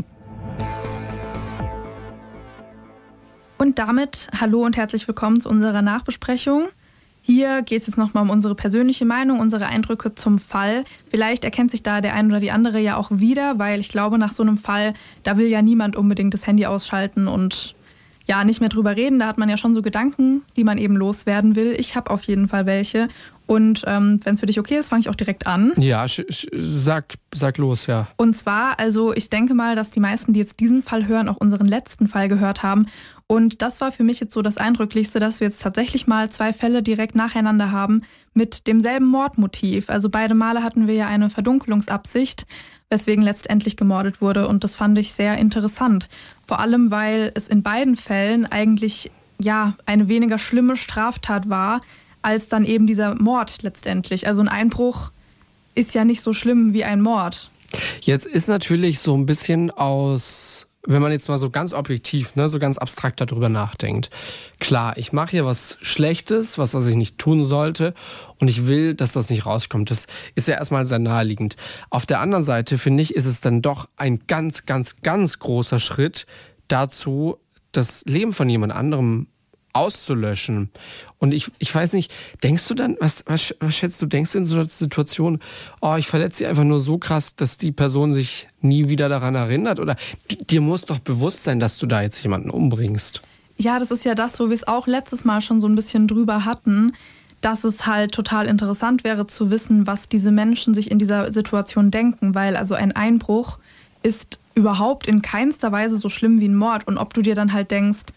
Und damit hallo und herzlich willkommen zu unserer Nachbesprechung. Hier geht es jetzt nochmal um unsere persönliche Meinung, unsere Eindrücke zum Fall. Vielleicht erkennt sich da der ein oder die andere ja auch wieder, weil ich glaube, nach so einem Fall, da will ja niemand unbedingt das Handy ausschalten und nicht mehr drüber reden. Da hat man ja schon so Gedanken, die man eben loswerden will. Ich habe auf jeden Fall welche. Und wenn es für dich okay ist, fange ich auch direkt an.
Ja, sag los, ja.
Und zwar, also ich denke mal, dass die meisten, die jetzt diesen Fall hören, auch unseren letzten Fall gehört haben. Und das war für mich jetzt so das Eindrücklichste, dass wir jetzt tatsächlich mal 2 Fälle direkt nacheinander haben mit demselben Mordmotiv. Also beide Male hatten wir ja eine Verdunkelungsabsicht, weswegen letztendlich gemordet wurde. Und das fand ich sehr interessant. Vor allem, weil es in beiden Fällen eigentlich eine weniger schlimme Straftat war, als dann eben dieser Mord letztendlich. Also ein Einbruch ist ja nicht so schlimm wie ein Mord.
Jetzt ist natürlich so ein bisschen wenn man jetzt mal so ganz objektiv, so ganz abstrakt darüber nachdenkt. Klar, ich mache hier was Schlechtes, was ich nicht tun sollte und ich will, dass das nicht rauskommt. Das ist ja erstmal sehr naheliegend. Auf der anderen Seite, finde ich, ist es dann doch ein ganz, ganz, ganz großer Schritt dazu, das Leben von jemand anderem auszulöschen. Und ich weiß nicht, denkst du dann, was schätzt du, denkst du in so einer Situation, ich verletze sie einfach nur so krass, dass die Person sich nie wieder daran erinnert? Oder dir muss doch bewusst sein, dass du da jetzt jemanden umbringst.
Ja, das ist ja das, wo wir es auch letztes Mal schon so ein bisschen drüber hatten, dass es halt total interessant wäre zu wissen, was diese Menschen sich in dieser Situation denken, weil also ein Einbruch ist überhaupt in keinster Weise so schlimm wie ein Mord. Und ob du dir dann halt denkst,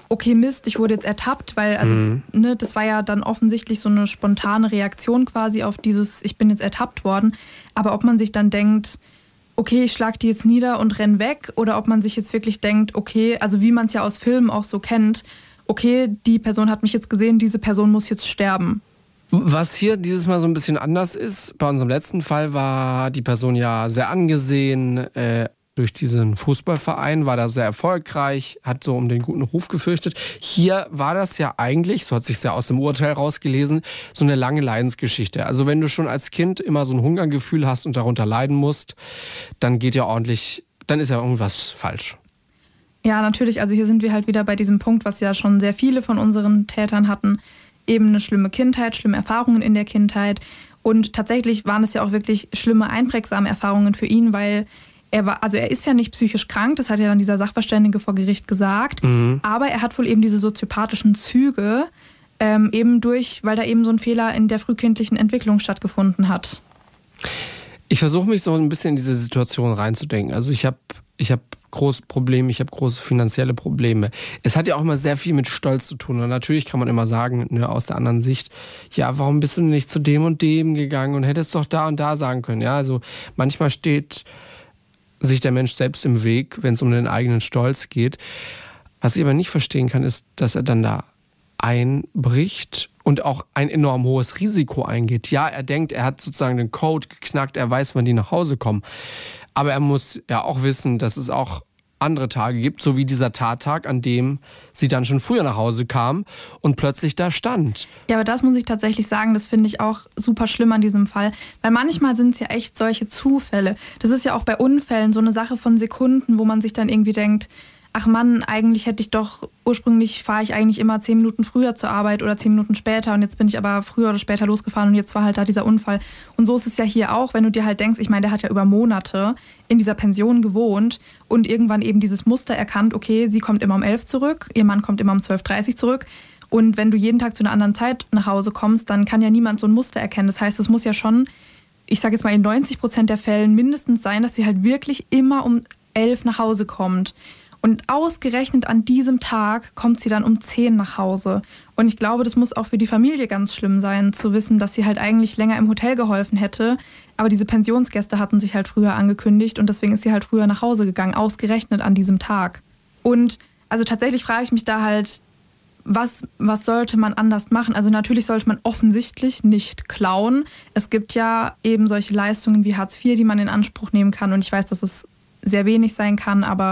okay, Mist, ich wurde jetzt ertappt, weil, das war ja dann offensichtlich so eine spontane Reaktion quasi auf dieses, ich bin jetzt ertappt worden. Aber ob man sich dann denkt, okay, ich schlag die jetzt nieder und renn weg, oder ob man sich jetzt wirklich denkt, okay, also wie man es ja aus Filmen auch so kennt, okay, die Person hat mich jetzt gesehen, diese Person muss jetzt sterben.
Was hier dieses Mal so ein bisschen anders ist, bei unserem letzten Fall war die Person ja sehr angesehen, durch diesen Fußballverein, war da sehr erfolgreich, hat so um den guten Ruf gefürchtet. Hier war das ja eigentlich, so hat sich ja aus dem Urteil rausgelesen, so eine lange Leidensgeschichte. Also wenn du schon als Kind immer so ein Hungergefühl hast und darunter leiden musst, dann ist ja irgendwas falsch.
Ja, natürlich, also hier sind wir halt wieder bei diesem Punkt, was ja schon sehr viele von unseren Tätern hatten, eben eine schlimme Kindheit, schlimme Erfahrungen in der Kindheit. Und tatsächlich waren es ja auch wirklich schlimme, einprägsame Erfahrungen für ihn, weil er ist ja nicht psychisch krank, das hat ja dann dieser Sachverständige vor Gericht gesagt, aber er hat wohl eben diese soziopathischen Züge, weil da eben so ein Fehler in der frühkindlichen Entwicklung stattgefunden hat.
Ich versuche mich so ein bisschen in diese Situation reinzudenken. Also ich habe große Probleme, ich habe große finanzielle Probleme. Es hat ja auch immer sehr viel mit Stolz zu tun. Und natürlich kann man immer sagen, aus der anderen Sicht, ja, warum bist du nicht zu dem und dem gegangen und hättest doch da und da sagen können. Ja, also manchmal steht sich der Mensch selbst im Weg, wenn es um den eigenen Stolz geht. Was ich aber nicht verstehen kann, ist, dass er dann da einbricht und auch ein enorm hohes Risiko eingeht. Ja, er denkt, er hat sozusagen den Code geknackt, er weiß, wann die nach Hause kommen. Aber er muss ja auch wissen, dass es auch andere Tage gibt, so wie dieser Tattag, an dem sie dann schon früher nach Hause kam und plötzlich da stand.
Ja, aber das muss ich tatsächlich sagen, das finde ich auch super schlimm an diesem Fall. Weil manchmal sind es ja echt solche Zufälle. Das ist ja auch bei Unfällen so eine Sache von Sekunden, wo man sich dann irgendwie denkt, ach Mann, ursprünglich fahre ich eigentlich immer 10 Minuten früher zur Arbeit oder 10 Minuten später und jetzt bin ich aber früher oder später losgefahren und jetzt war halt da dieser Unfall. Und so ist es ja hier auch, wenn du dir halt denkst, ich meine, der hat ja über Monate in dieser Pension gewohnt und irgendwann eben dieses Muster erkannt, okay, sie kommt immer um 11 zurück, ihr Mann kommt immer um 12:30 zurück. Und wenn du jeden Tag zu einer anderen Zeit nach Hause kommst, dann kann ja niemand so ein Muster erkennen. Das heißt, es muss ja schon, ich sage jetzt mal in 90% der Fällen mindestens sein, dass sie halt wirklich immer um 11 nach Hause kommt. Und ausgerechnet an diesem Tag kommt sie dann um 10 nach Hause. Und ich glaube, das muss auch für die Familie ganz schlimm sein, zu wissen, dass sie halt eigentlich länger im Hotel geholfen hätte. Aber diese Pensionsgäste hatten sich halt früher angekündigt und deswegen ist sie halt früher nach Hause gegangen, ausgerechnet an diesem Tag. Und also tatsächlich frage ich mich da halt, was sollte man anders machen? Also natürlich sollte man offensichtlich nicht klauen. Es gibt ja eben solche Leistungen wie Hartz IV, die man in Anspruch nehmen kann. Und ich weiß, dass es sehr wenig sein kann, aber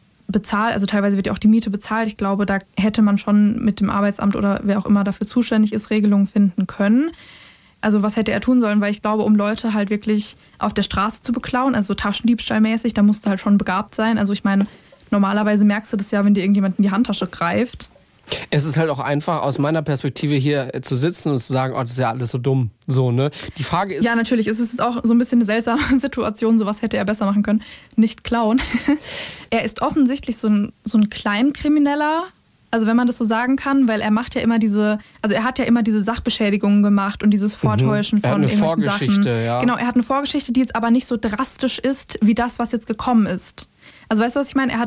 also teilweise wird ja auch die Miete bezahlt. Ich glaube, da hätte man schon mit dem Arbeitsamt oder wer auch immer dafür zuständig ist, Regelungen finden können. Also was hätte er tun sollen? Weil ich glaube, um Leute halt wirklich auf der Straße zu beklauen, also so taschendiebstahlmäßig, da musst du halt schon begabt sein. Also ich meine, normalerweise merkst du das ja, wenn dir irgendjemand in die Handtasche greift.
Es ist halt auch einfach, aus meiner Perspektive hier zu sitzen und zu sagen, oh, das ist ja alles so dumm. So, ne? Die Frage ist...
Ja, natürlich. Es ist auch so ein bisschen eine seltsame Situation. So was hätte er besser machen können. Nicht klauen. Er ist offensichtlich so ein Kleinkrimineller. Also wenn man das so sagen kann, weil er macht ja immer er hat ja immer diese Sachbeschädigungen gemacht und dieses Vortäuschen von irgendwelchen Sachen.
Ja.
Genau, er hat eine Vorgeschichte, die jetzt aber nicht so drastisch ist, wie das, was jetzt gekommen ist. Also weißt du, was ich meine? Er hat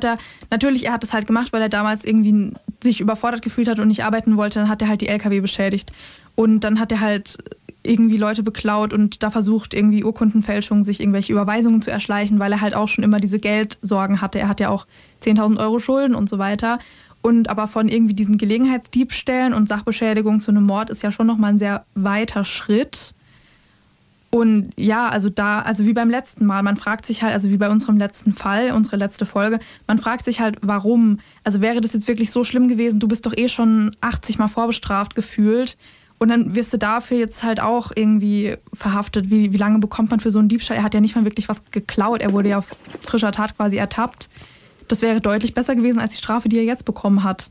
es halt gemacht, weil er damals irgendwie sich überfordert gefühlt hat und nicht arbeiten wollte. Dann hat er halt die LKW beschädigt. Und dann hat er halt irgendwie Leute beklaut und da versucht, irgendwie Urkundenfälschung, sich irgendwelche Überweisungen zu erschleichen, weil er halt auch schon immer diese Geldsorgen hatte. Er hat ja auch 10.000 Euro Schulden und so weiter. Und aber von irgendwie diesen Gelegenheitsdiebstählen und Sachbeschädigung zu einem Mord ist ja schon nochmal ein sehr weiter Schritt. Und ja, also wie beim letzten Mal, man fragt sich halt, also wie bei unserem letzten Fall, unsere letzte Folge, man fragt sich halt, warum? Also wäre das jetzt wirklich so schlimm gewesen, du bist doch eh schon 80 Mal vorbestraft gefühlt und dann wirst du dafür jetzt halt auch irgendwie verhaftet. Wie lange bekommt man für so einen Diebstahl? Er hat ja nicht mal wirklich was geklaut, er wurde ja auf frischer Tat quasi ertappt. Das wäre deutlich besser gewesen als die Strafe, die er jetzt bekommen hat.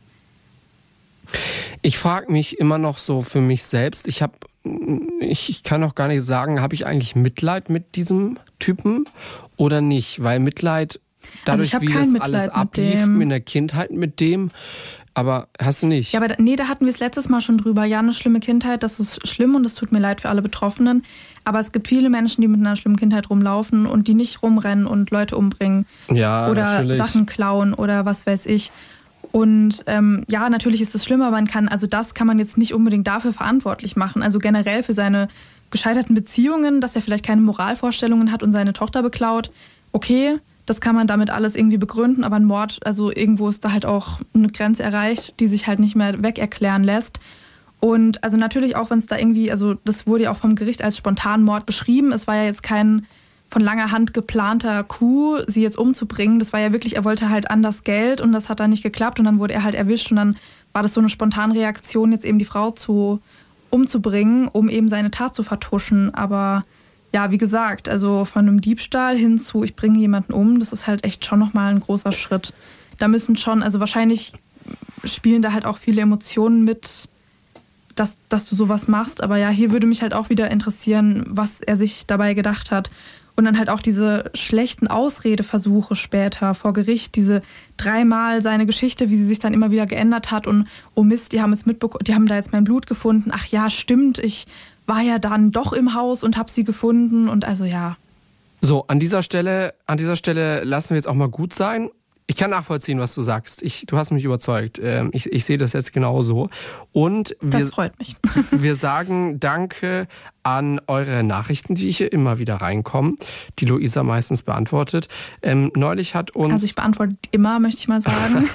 Ich frage mich immer noch so für mich selbst, ich kann auch gar nicht sagen, habe ich eigentlich Mitleid mit diesem Typen oder nicht? Weil Mitleid, dadurch wie das alles ablief in der Kindheit mit dem, aber hast du nicht?
Ja, aber da hatten wir es letztes Mal schon drüber. Ja, eine schlimme Kindheit, das ist schlimm und es tut mir leid für alle Betroffenen. Aber es gibt viele Menschen, die mit einer schlimmen Kindheit rumlaufen und die nicht rumrennen und Leute umbringen.
Ja,
oder
natürlich.
Sachen klauen oder was weiß ich. Und ja, natürlich ist es schlimmer, das kann man jetzt nicht unbedingt dafür verantwortlich machen. Also generell für seine gescheiterten Beziehungen, dass er vielleicht keine Moralvorstellungen hat und seine Tochter beklaut. Okay, das kann man damit alles irgendwie begründen, aber ein Mord, also irgendwo ist da halt auch eine Grenze erreicht, die sich halt nicht mehr wegerklären lässt. Und also natürlich auch, wenn es da irgendwie, also das wurde ja auch vom Gericht als Spontanmord beschrieben. Es war ja jetzt kein von langer Hand geplanter Coup, sie jetzt umzubringen. Das war ja wirklich, er wollte halt an das Geld und das hat dann nicht geklappt und dann wurde er halt erwischt und dann war das so eine Spontanreaktion, jetzt eben die Frau umzubringen, um eben seine Tat zu vertuschen. Aber ja, wie gesagt, also von einem Diebstahl hin zu, ich bringe jemanden um, das ist halt echt schon nochmal ein großer Schritt. Da müssen schon, also wahrscheinlich spielen da halt auch viele Emotionen mit, dass du sowas machst. Aber ja, hier würde mich halt auch wieder interessieren, was er sich dabei gedacht hat. Und dann halt auch diese schlechten Ausredeversuche später vor Gericht, diese 3-mal seine Geschichte, wie sie sich dann immer wieder geändert hat und oh Mist, die haben da jetzt mein Blut gefunden. Ach ja, stimmt, ich war ja dann doch im Haus und habe sie gefunden und also ja.
So, an dieser Stelle lassen wir jetzt auch mal gut sein. Ich kann nachvollziehen, was du sagst. Du hast mich überzeugt. Ich sehe das jetzt genauso. Und
das freut mich.
Wir sagen Danke an eure Nachrichten, die hier immer wieder reinkommen, die Luisa meistens beantwortet. Neulich hat uns...
Also ich beantworte immer, möchte ich mal sagen.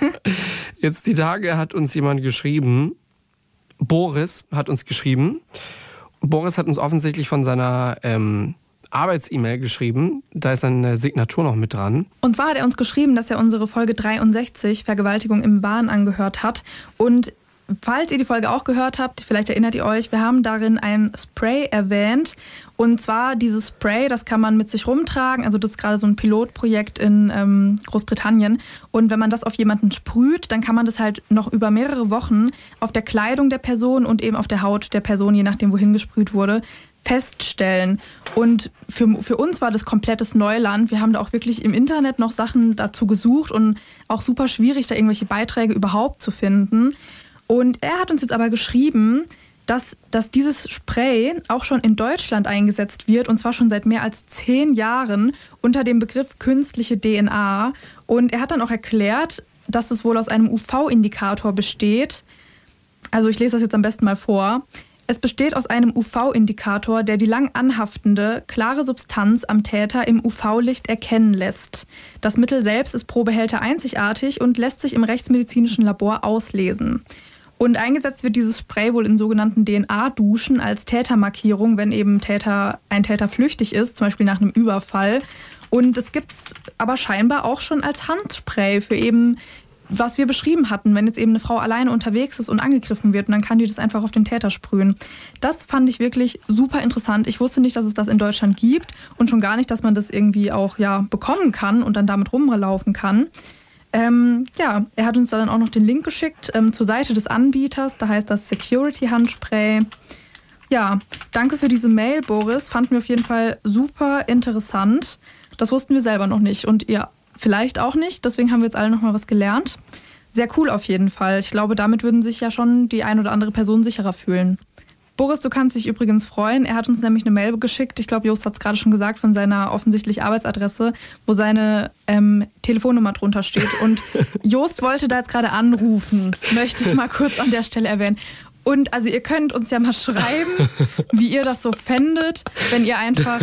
Jetzt die Tage hat uns jemand geschrieben, Boris hat uns geschrieben. Boris hat uns offensichtlich von seiner... Arbeits-E-Mail geschrieben. Da ist eine Signatur noch mit dran.
Und zwar hat er uns geschrieben, dass er unsere Folge 63, Vergewaltigung im Wahn, angehört hat. Und falls ihr die Folge auch gehört habt, vielleicht erinnert ihr euch, wir haben darin ein Spray erwähnt. Und zwar dieses Spray, das kann man mit sich rumtragen. Also das ist gerade so ein Pilotprojekt in Großbritannien. Und wenn man das auf jemanden sprüht, dann kann man das halt noch über mehrere Wochen auf der Kleidung der Person und eben auf der Haut der Person, je nachdem wohin gesprüht wurde, feststellen. Und für uns war das komplettes Neuland. Wir haben da auch wirklich im Internet noch Sachen dazu gesucht und auch super schwierig, da irgendwelche Beiträge überhaupt zu finden. Und er hat uns jetzt aber geschrieben, dass dieses Spray auch schon in Deutschland eingesetzt wird und zwar schon seit mehr als 10 Jahren unter dem Begriff künstliche DNA. Und er hat dann auch erklärt, dass es wohl aus einem UV-Indikator besteht. Also ich lese das jetzt am besten mal vor. Es besteht aus einem UV-Indikator, der die lang anhaftende, klare Substanz am Täter im UV-Licht erkennen lässt. Das Mittel selbst ist pro Behälter einzigartig und lässt sich im rechtsmedizinischen Labor auslesen. Und eingesetzt wird dieses Spray wohl in sogenannten DNA-Duschen als Tätermarkierung, wenn eben ein Täter flüchtig ist, zum Beispiel nach einem Überfall. Und es gibt es aber scheinbar auch schon als Handspray für eben, was wir beschrieben hatten, wenn jetzt eben eine Frau alleine unterwegs ist und angegriffen wird und dann kann die das einfach auf den Täter sprühen. Das fand ich wirklich super interessant. Ich wusste nicht, dass es das in Deutschland gibt und schon gar nicht, dass man das irgendwie auch bekommen kann und dann damit rumlaufen kann. Er hat uns dann auch noch den Link geschickt zur Seite des Anbieters, da heißt das Security-Handspray. Ja, danke für diese Mail, Boris. Fanden wir auf jeden Fall super interessant. Das wussten wir selber noch nicht und ihr vielleicht auch nicht, deswegen haben wir jetzt alle noch mal was gelernt. Sehr cool auf jeden Fall. Ich glaube, damit würden sich ja schon die ein oder andere Person sicherer fühlen. Boris, du kannst dich übrigens freuen. Er hat uns nämlich eine Mail geschickt, ich glaube, Jost hat es gerade schon gesagt, von seiner offensichtlich Arbeitsadresse, wo seine Telefonnummer drunter steht. Und Jost wollte da jetzt gerade anrufen, möchte ich mal kurz an der Stelle erwähnen. Und also ihr könnt uns ja mal schreiben, wie ihr das so fändet, wenn ihr einfach,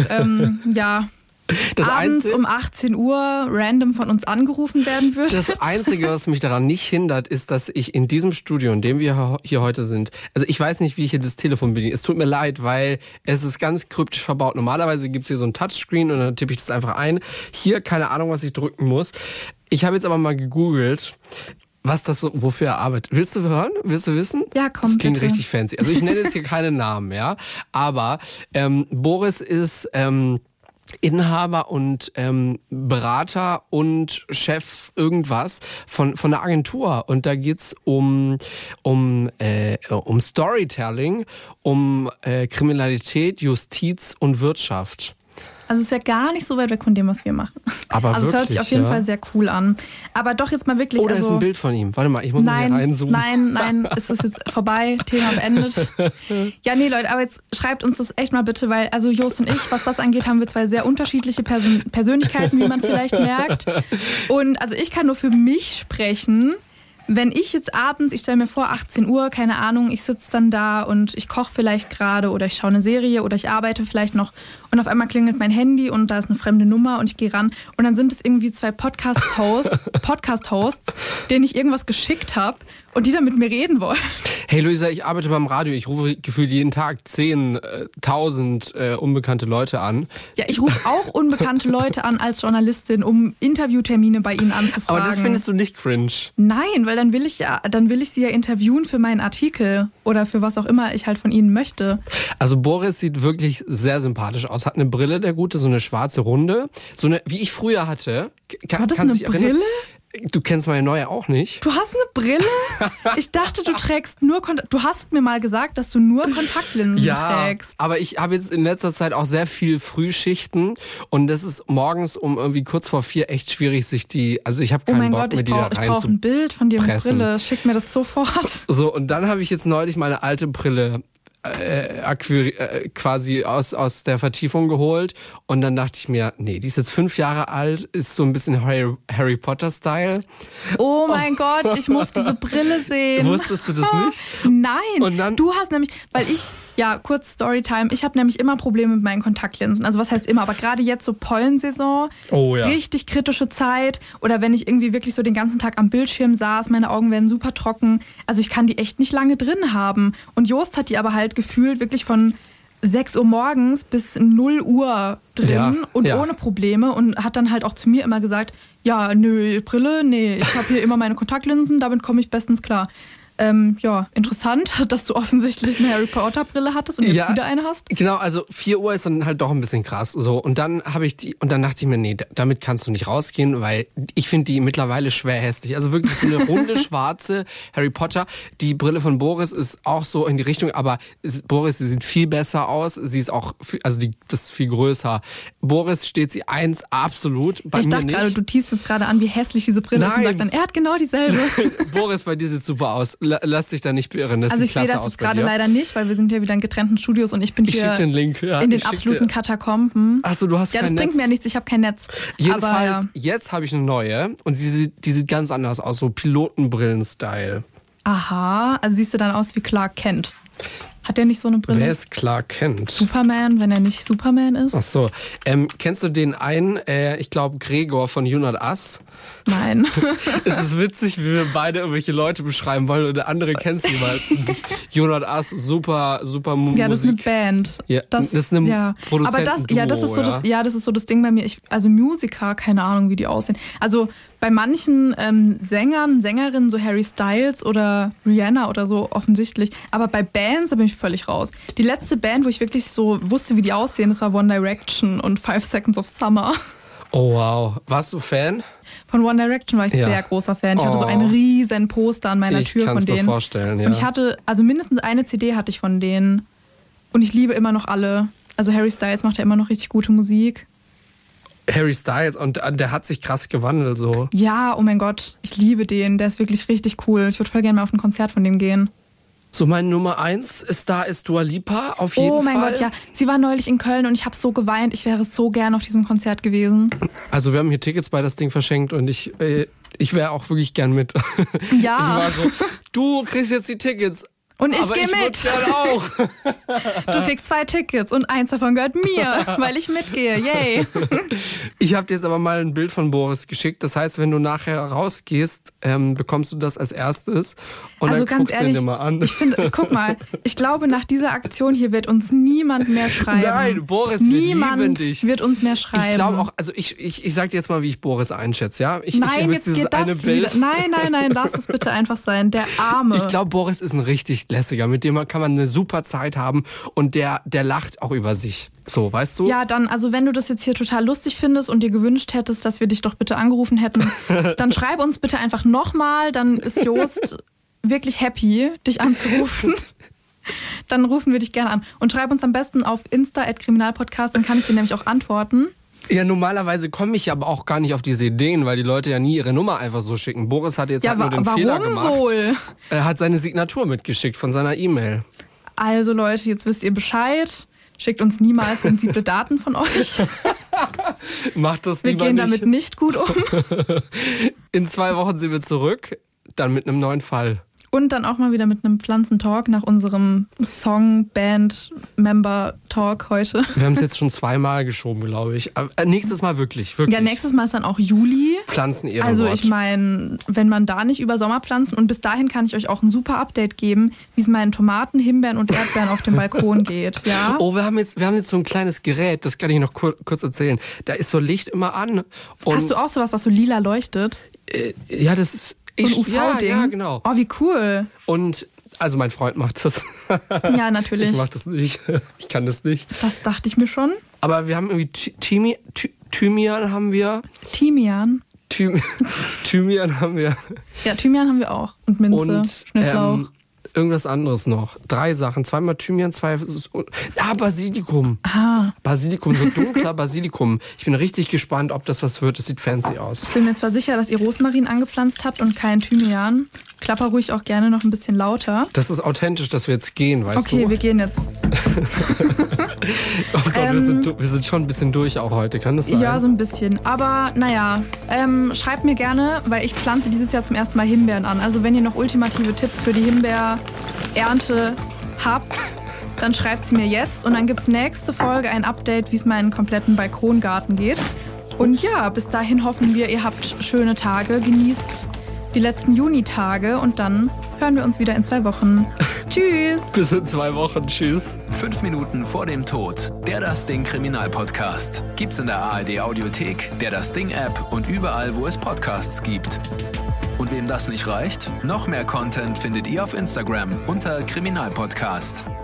abends um 18 Uhr random von uns angerufen werden würdet.
Das Einzige, was mich daran nicht hindert, ist, dass ich in diesem Studio, in dem wir hier heute sind, also ich weiß nicht, wie ich hier das Telefon bediene. Es tut mir leid, weil es ist ganz kryptisch verbaut. Normalerweise gibt es hier so ein Touchscreen und dann tippe ich das einfach ein. Hier keine Ahnung, was ich drücken muss. Ich habe jetzt aber mal gegoogelt, was das so, wofür er arbeitet. Willst du hören? Willst du wissen?
Ja, komm,
das klingt
bitte.
richtig fancy. Also ich nenne jetzt hier keine Namen, ja. Aber Boris ist Inhaber und Berater und Chef irgendwas von einer Agentur. Und da geht's um Storytelling, um Kriminalität, Justiz und Wirtschaft.
Also es ist ja gar nicht so weit weg von dem, was wir machen.
Aber
also es hört sich auf jeden Fall sehr cool an. Aber doch jetzt mal wirklich...
Oh, da ist ein Bild von ihm. Warte mal, ich muss mal hier reinzoomen.
Nein, es ist jetzt vorbei. Thema beendet. Ja, nee, Leute, aber jetzt schreibt uns das echt mal bitte, weil also Jost und ich, was das angeht, haben wir zwei sehr unterschiedliche Persönlichkeiten, wie man vielleicht merkt. Und also ich kann nur für mich sprechen. wenn ich jetzt abends, ich stelle mir vor, 18 Uhr, keine Ahnung, ich sitze dann da und ich koche vielleicht gerade oder ich schaue eine Serie oder ich arbeite vielleicht noch und auf einmal klingelt mein Handy und da ist eine fremde Nummer und ich gehe ran und dann sind es irgendwie 2 Podcast-Hosts, denen ich irgendwas geschickt habe und die dann mit mir reden wollen.
Hey Luisa, ich arbeite beim Radio. Ich rufe gefühlt jeden Tag 10.000 unbekannte Leute an.
Ja, ich rufe auch unbekannte Leute an als Journalistin, um Interviewtermine bei ihnen anzufragen.
Aber das findest du nicht cringe?
Nein, weil dann will ich sie ja interviewen für meinen Artikel oder für was auch immer ich halt von ihnen möchte.
Also Boris sieht wirklich sehr sympathisch aus. Hat eine Brille, der Gute, so eine schwarze Runde. So eine, wie ich früher hatte.
War das eine Brille?
Du kennst meine neue auch nicht.
Du hast eine Brille? Ich dachte, du trägst nur Du hast mir mal gesagt, dass du nur Kontaktlinsen trägst.
Aber ich habe jetzt in letzter Zeit auch sehr viel Frühschichten und das ist morgens um irgendwie kurz vor 4 echt schwierig, sich die, also ich habe keinen Bock, mir die da rein zu
ich brauche ein Bild von dir mit Brille. Schick mir das sofort.
So, und dann habe ich jetzt neulich meine alte Brille quasi aus der Vertiefung geholt und dann dachte ich mir, nee, die ist jetzt 5 Jahre alt, ist so ein bisschen Harry Potter-Style.
Oh mein Gott, ich muss diese Brille sehen.
Wusstest du das nicht?
Nein,
und dann,
du hast nämlich, weil kurz Storytime, ich habe nämlich immer Probleme mit meinen Kontaktlinsen. Also was heißt immer, aber gerade jetzt so Pollensaison, richtig kritische Zeit oder wenn ich irgendwie wirklich so den ganzen Tag am Bildschirm saß, meine Augen werden super trocken. Also ich kann die echt nicht lange drin haben. Und Jost hat die aber halt gefühlt wirklich von 6 Uhr morgens bis 0 Uhr drin und ohne Probleme und hat dann halt auch zu mir immer gesagt, ja, nö, Brille, nee, ich habe hier immer meine Kontaktlinsen, damit komme ich bestens klar. Interessant, dass du offensichtlich eine Harry Potter Brille hattest und jetzt wieder eine hast.
Genau, also 4 Uhr ist dann halt doch ein bisschen krass. So. Und dann habe ich und dann dachte ich mir, nee, damit kannst du nicht rausgehen, weil ich finde die mittlerweile schwer hässlich. Also wirklich so eine runde, schwarze Harry Potter. Die Brille von Boris ist auch so in die Richtung, aber Boris, sie sieht viel besser aus. Sie ist auch, das ist viel größer. Boris steht sie 1 absolut, bei mir nicht.
Ich dachte gerade, du teast jetzt gerade an, wie hässlich diese Brille ist und sagt dann, er hat genau dieselbe.
Boris, bei dir sieht super aus. Lass dich da nicht beirren.
Also ich sehe das jetzt gerade leider nicht, weil wir sind ja wieder in getrennten Studios und ich bin hier
den Link,
in den absoluten Katakomben.
Achso, du hast kein Netz.
Ja, das bringt mir ja nichts, ich habe kein Netz.
Jedenfalls, jetzt habe ich eine neue und die sieht ganz anders aus, so Pilotenbrillen-Style.
Aha, also siehst du dann aus wie Clark Kent. Hat der nicht so eine Brille?
Wer ist Clark Kent?
Superman, wenn er nicht Superman ist.
Ach so. Kennst du den einen, ich glaube Gregor von You Not Us?
Nein.
Es ist witzig, wie wir beide irgendwelche Leute beschreiben wollen und der andere kennt sie jeweils nicht. You Not Us, super Musik.
Ja, das ist eine Band.
Ja, das ist eine Produzentenduo.
Aber das ist so das Ding bei mir. Also Musiker, keine Ahnung, wie die aussehen. Also bei manchen Sängern, Sängerinnen, so Harry Styles oder Rihanna oder so offensichtlich. Aber bei Bands, da bin ich völlig raus. Die letzte Band, wo ich wirklich so wusste, wie die aussehen, das war One Direction und 5 Seconds of Summer.
Oh wow. Warst du Fan?
Von One Direction war ich sehr großer Fan. Ich hatte so ein riesen Poster an meiner Tür von denen. Ich kann es mir
vorstellen, ja.
Und ich hatte, also mindestens eine CD hatte ich von denen. Und ich liebe immer noch alle. Also Harry Styles macht ja immer noch richtig gute Musik.
Harry Styles, und der hat sich krass gewandelt so.
Ja, oh mein Gott, ich liebe den. Der ist wirklich richtig cool. Ich würde voll gerne mal auf ein Konzert von dem gehen.
So, meine Nummer 1 ist Dua Lipa, auf jeden Fall.
Oh mein Gott, ja. Sie war neulich in Köln und ich habe so geweint. Ich wäre so gern auf diesem Konzert gewesen.
Also wir haben hier Tickets bei das Ding verschenkt und ich wäre auch wirklich gern mit.
Ja.
Ich war so, du kriegst jetzt die Tickets.
Und ich gehe mit.
Gern auch.
Du kriegst 2 Tickets und 1 davon gehört mir, weil ich mitgehe. Yay.
Ich habe dir jetzt aber mal ein Bild von Boris geschickt. Das heißt, wenn du nachher rausgehst, bekommst du das als erstes. Und
also
dann
ganz
guckst
ehrlich,
du dir mal an.
Ich finde, guck mal, ich glaube, nach dieser Aktion hier wird uns niemand mehr schreiben.
Nein, Boris, wir lieben dich.
Wird uns mehr schreiben.
Ich glaube auch, also ich sag dir jetzt mal, wie ich Boris einschätze, ja?
Nein, jetzt geht das wieder. Nein, lass es bitte einfach sein. Der Arme.
Ich glaube, Boris ist ein richtig lässiger. Mit dem kann man eine super Zeit haben und der lacht auch über sich. So, weißt du?
Ja, dann, also wenn du das jetzt hier total lustig findest und dir gewünscht hättest, dass wir dich doch bitte angerufen hätten, dann schreib uns bitte einfach nochmal, dann ist Jost wirklich happy, dich anzurufen. Dann rufen wir dich gerne an. Und schreib uns am besten auf Insta@Kriminalpodcast, dann kann ich dir nämlich auch antworten.
Ja, normalerweise komme ich aber auch gar nicht auf diese Ideen, weil die Leute ja nie ihre Nummer einfach so schicken. Boris hat jetzt halt nur den Fehler gemacht.
Wohl?
Er hat seine Signatur mitgeschickt von seiner E-Mail.
Also Leute, jetzt wisst ihr Bescheid. Schickt uns niemals sensible Daten von euch.
Macht das lieber nicht.
Wir gehen damit nicht gut um.
In 2 Wochen sind wir zurück. dann mit einem neuen Fall.
Und dann auch mal wieder mit einem Pflanzentalk nach unserem Song-Band-Member-Talk heute.
Wir haben es jetzt schon 2-mal geschoben, glaube ich. Aber nächstes Mal wirklich.
Ja, nächstes Mal ist dann auch Juli.
Pflanzen-Ehrenwort.
Also ich meine, wenn man da nicht über Sommerpflanzen und bis dahin kann ich euch auch ein super Update geben, wie es meinen Tomaten, Himbeeren und Erdbeeren auf dem Balkon geht. Ja?
Oh, wir haben jetzt so ein kleines Gerät, das kann ich noch kurz erzählen. Da ist so Licht immer an. Und
hast du auch sowas, was so lila leuchtet?
Ja, das ist...
So ein UV-Ding?
Ja, genau.
Oh, wie cool.
Und, also mein Freund macht das.
Ja, natürlich.
Ich mach das nicht. Ich kann das nicht.
Das dachte ich mir schon.
Aber wir haben irgendwie Thymian haben wir.
Thymian?
Thymian haben wir.
Ja, Thymian haben wir auch. Und Minze,
und,
Schnittlauch.
Irgendwas anderes noch. 3 Sachen. 2-mal Thymian, 2... Basilikum.
Ah.
Basilikum, so dunkler Basilikum. Ich bin richtig gespannt, ob das was wird. Das sieht fancy aus.
Ich bin mir zwar sicher, dass ihr Rosmarin angepflanzt habt und kein Thymian. Klapper ruhig auch gerne noch ein bisschen lauter.
Das ist authentisch, dass wir jetzt gehen, weißt du?
Okay, wir gehen jetzt.
Oh Gott, wir sind schon ein bisschen durch auch heute, kann das sein?
Ja, so ein bisschen. Aber naja, schreibt mir gerne, weil ich pflanze dieses Jahr zum ersten Mal Himbeeren an. Also wenn ihr noch ultimative Tipps für die Himbeerernte habt, dann schreibt sie mir jetzt. Und dann gibt es nächste Folge ein Update, wie es meinen kompletten Balkongarten geht. Und ja, bis dahin hoffen wir, ihr habt schöne Tage, genießt die letzten Junitage und dann hören wir uns wieder in 2 Wochen. Tschüss!
Bis in 2 Wochen, tschüss.
5 Minuten vor dem Tod. Der Das Ding Kriminalpodcast. Gibt's in der ARD Audiothek, der Das Ding App und überall, wo es Podcasts gibt. Und wem das nicht reicht, noch mehr Content findet ihr auf Instagram unter Kriminalpodcast.